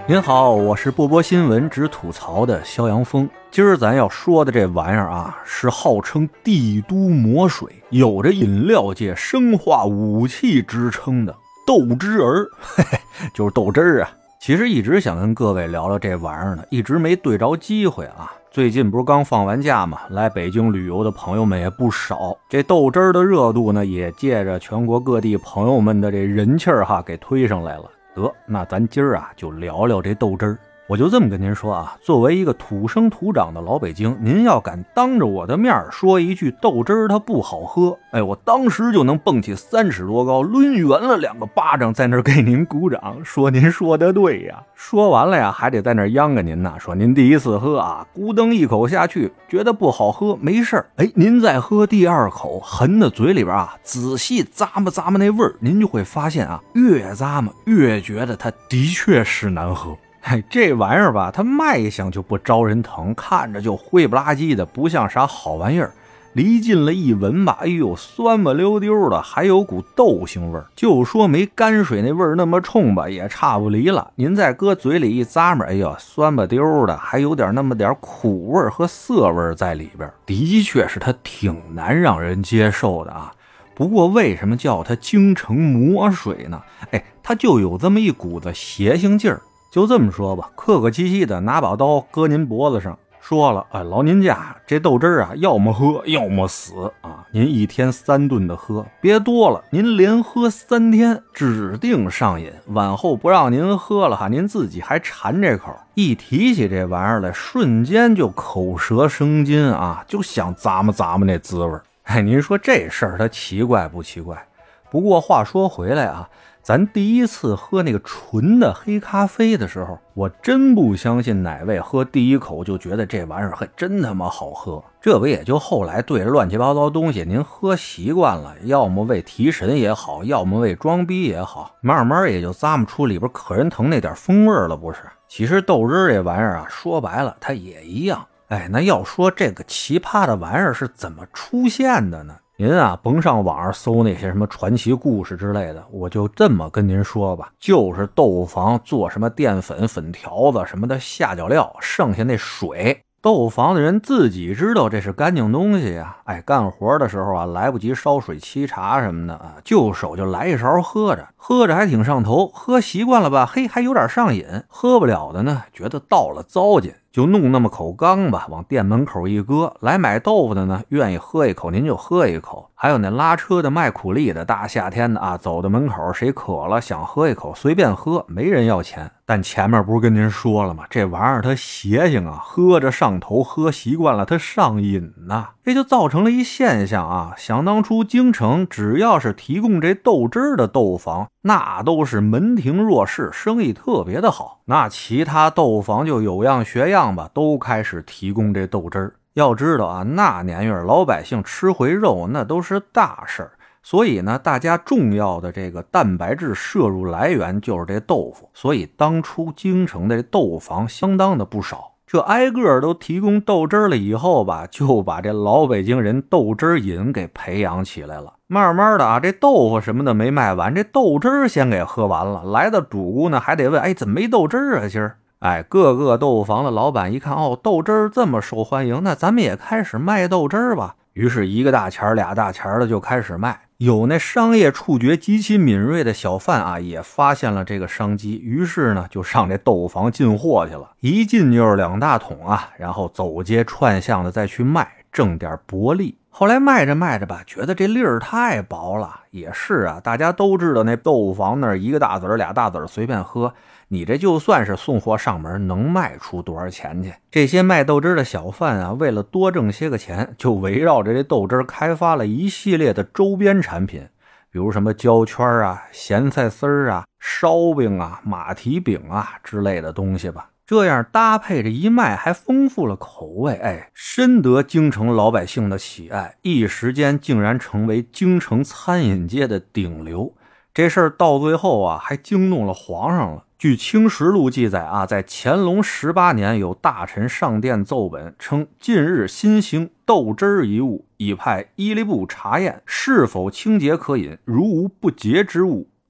您好，我是波波新闻只吐槽的肖阳峰。今儿咱要说的这玩意儿啊，是号称帝都魔水，有着饮料界生化武器之称的豆汁儿，嘿嘿，就是豆汁儿啊。其实一直想跟各位聊聊这玩意儿呢，一直没对着机会啊。最近不是刚放完假嘛，来北京旅游的朋友们也不少，这豆汁儿的热度呢，也借着全国各地朋友们的这人气儿给推上来了。得，那咱今儿就聊聊这豆汁儿。我就这么跟您说啊，作为一个土生土长的老北京，您要敢当着我的面说一句豆汁儿它不好喝，我当时就能蹦起3尺多高，抡圆了2个巴掌在那儿给您鼓掌，说您说的对呀。说完了呀，还得在那儿央着您呢，说您第一次喝啊，咕噔一口下去，觉得不好喝，没事儿，您再喝第2口，含在嘴里边仔细咂摸那味儿，您就会发现越咂摸越觉得它的确是难喝。这玩意儿吧，它卖相就不招人疼，看着就灰不拉几的，不像啥好玩意儿。离近了一闻吧，酸不溜丢的，还有股豆腥味儿。就说没泔水那味儿那么冲吧，也差不离了。您再搁嘴里一咂摸，酸不丢的，还有点那么点苦味儿和涩味儿在里边。的确是它挺难让人接受的啊。不过为什么叫它京城魔水呢？它就有这么一股子邪性劲儿。就这么说吧，客客气气的拿把刀搁您脖子上，说了，老您家这豆汁儿要么喝要么死啊！您1天3顿的喝，别多了，您连喝3天，指定上瘾。往后不让您喝了您自己还馋这口。一提起这玩意儿来，瞬间就口舌生津啊，就想咂摸那滋味。您说这事儿它奇怪不奇怪？不过话说回来咱第一次喝那个纯的黑咖啡的时候，我真不相信哪位喝第一口就觉得这玩意儿还真他妈好喝。这不也就后来对着乱七八糟东西您喝习惯了，要么为提神也好，要么为装逼也好，慢慢也就咂摸出里边可人疼那点风味了，不是？其实豆汁这玩意儿说白了它也一样。那要说这个奇葩的玩意儿是怎么出现的呢？您甭上网上搜那些什么传奇故事之类的，我就这么跟您说吧，就是豆腐坊做什么淀粉、粉条子什么的下脚料，剩下那水，豆腐坊的人自己知道这是干净东西呀。干活的时候来不及烧水沏茶什么的就手就来一勺喝着，喝着还挺上头，喝习惯了吧，还有点上瘾。喝不了的呢，觉得到了糟践，就弄那么口缸吧，往店门口一搁，来买豆腐的呢，愿意喝一口您就喝一口。还有那拉车的卖苦力的，大夏天的走到门口，谁渴了想喝一口随便喝，没人要钱。但前面不是跟您说了吗，这玩意儿它邪性喝着上头，喝习惯了它上瘾这就造成了一现象想当初京城只要是提供这豆汁的豆坊，那都是门庭若市，生意特别的好。那其他豆坊就有样学样吧，都开始提供这豆汁儿。要知道那年月老百姓吃回肉那都是大事儿，所以呢，大家重要的这个蛋白质摄入来源就是这豆腐，所以当初京城的豆坊相当的不少。这挨个都提供豆汁了以后吧，就把这老北京人豆汁瘾给培养起来了。慢慢的这豆腐什么的没卖完，这豆汁先给喝完了。来到主顾呢，还得问，怎么没豆汁啊今儿？各个豆腐坊的老板一看，豆汁这么受欢迎，那咱们也开始卖豆汁吧。于是1个大钱2大钱的就开始卖。有那商业触觉极其敏锐的小贩也发现了这个商机，于是呢就上这豆腐坊进货去了，一进就是2大桶然后走街串巷的再去卖，挣点薄利。后来卖着卖着吧，觉得这粒儿太薄了。也是大家都知道那豆腐坊那儿1个大子2大子随便喝，你这就算是送货上门，能卖出多少钱去？这些卖豆汁的小贩为了多挣些个钱，就围绕着这豆汁开发了一系列的周边产品，比如什么胶圈咸菜丝儿烧饼马蹄饼之类的东西吧。这样搭配着一卖，还丰富了口味，深得京城老百姓的喜爱，一时间竟然成为京城餐饮界的顶流。这事儿到最后还惊动了皇上了。据《清实录》记载在乾隆18年，有大臣上殿奏本，称近日新兴豆汁一物，已派伊犁部查验是否清洁可饮，如无不洁之物，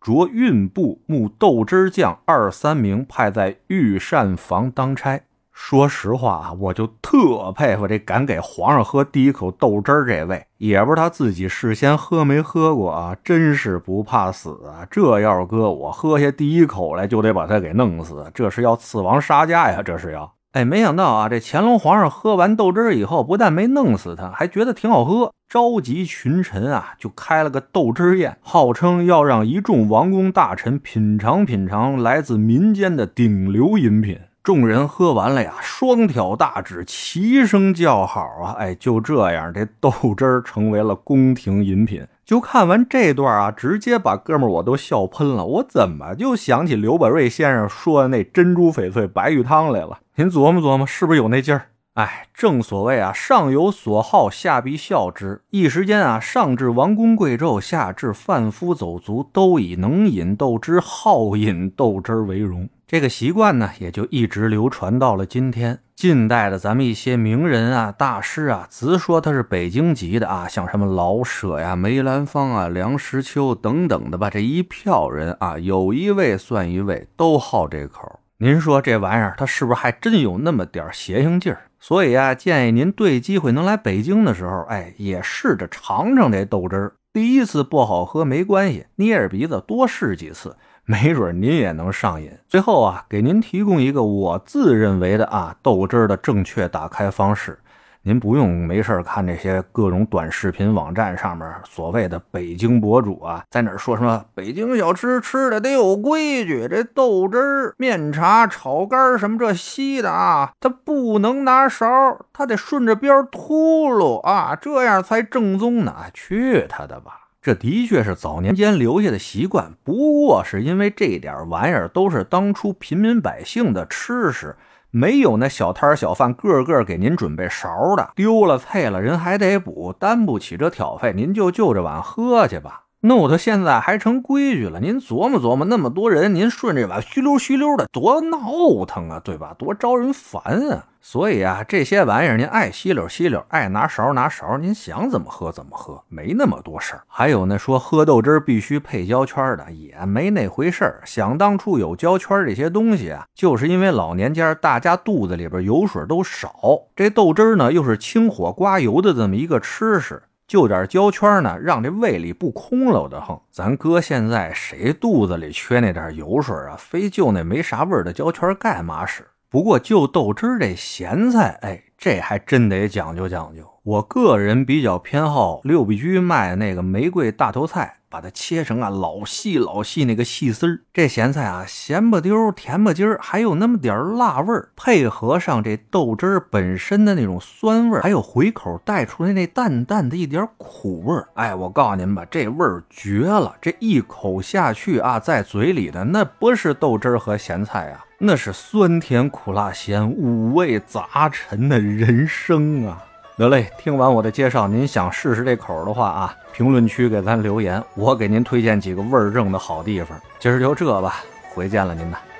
着运部募豆汁匠2、3名，派在御膳房当差。说实话啊，我就特佩服这敢给皇上喝第一口豆汁儿这位，也不知他自己事先喝没喝过啊，真是不怕死啊！这要是搁我喝下第一口来，就得把他给弄死，这是要刺王杀家呀，这是要。没想到啊，这乾隆皇上喝完豆汁儿以后，不但没弄死他，还觉得挺好喝，召集群臣啊，就开了个豆汁宴，号称要让一众王公大臣品尝品尝来自民间的顶流饮品。众人喝完了呀，双挑大指，齐声叫好啊！就这样，这豆汁儿成为了宫廷饮品。就看完这段啊，直接把哥们儿我都笑喷了。我怎么就想起刘百瑞先生说的那珍珠翡翠白玉汤来了？您琢磨琢磨，是不是有那劲儿？正所谓啊，上有所好，下必效之。一时间啊，上至王公贵胄，下至贩夫走卒，都以能饮豆汁、好饮豆汁为荣。这个习惯呢，也就一直流传到了今天。近代的咱们一些名人啊、大师啊，直说他是北京籍的啊，像什么老舍呀、梅兰芳啊、梁实秋等等的吧，这一票人啊，有一位算一位，都好这口。您说这玩意儿，它是不是还真有那么点邪性劲儿？所以啊，建议您对机会能来北京的时候，也试着尝尝这豆汁儿。第一次不好喝没关系，捏着鼻子多试几次，没准您也能上瘾。最后啊，给您提供一个我自认为的啊豆汁儿的正确打开方式。您不用没事看这些各种短视频网站上面所谓的北京博主啊，在那儿说什么北京小吃吃的得有规矩，这豆汁儿、面茶、炒肝什么这稀的啊，它不能拿勺，它得顺着边秃噜啊，这样才正宗呢。去他的吧！这的确是早年间留下的习惯，不过是因为这点玩意儿都是当初平民百姓的吃食，没有那小摊小贩个个给您准备勺的，丢了菜了人还得补，担不起这挑费，您就这碗喝去吧。弄得现在还成规矩了，您琢磨琢磨，那么多人，您顺这碗虚溜虚溜的，多闹腾啊，对吧？多招人烦啊！所以啊，这些玩意儿您爱吸溜吸溜，爱拿勺拿勺，您想怎么喝怎么喝，没那么多事儿。还有那说喝豆汁必须配胶圈的，也没那回事儿。想当初有胶圈这些东西啊，就是因为老年间大家肚子里边油水都少，这豆汁呢又是清火刮油的这么一个吃食。就点胶圈呢，让这胃里不空了的慌。咱搁现在谁肚子里缺那点油水啊？非就那没啥味儿的胶圈干嘛使？不过就豆汁这咸菜，这还真得讲究讲究。我个人比较偏好六必居卖的那个玫瑰大头菜，把它切成啊老细老细那个细丝儿。这咸菜啊，咸不丢甜不筋儿，还有那么点辣味儿，配合上这豆汁本身的那种酸味儿，还有回口带出来那淡淡的一点苦味儿。我告诉您吧，这味儿绝了！这一口下去啊，在嘴里的那不是豆汁和咸菜啊，那是酸甜苦辣咸五味杂陈的人生啊！得嘞，听完我的介绍，您想试试这口的话啊，评论区给咱留言，我给您推荐几个味儿正的好地方。今儿就这吧，回见了您呐。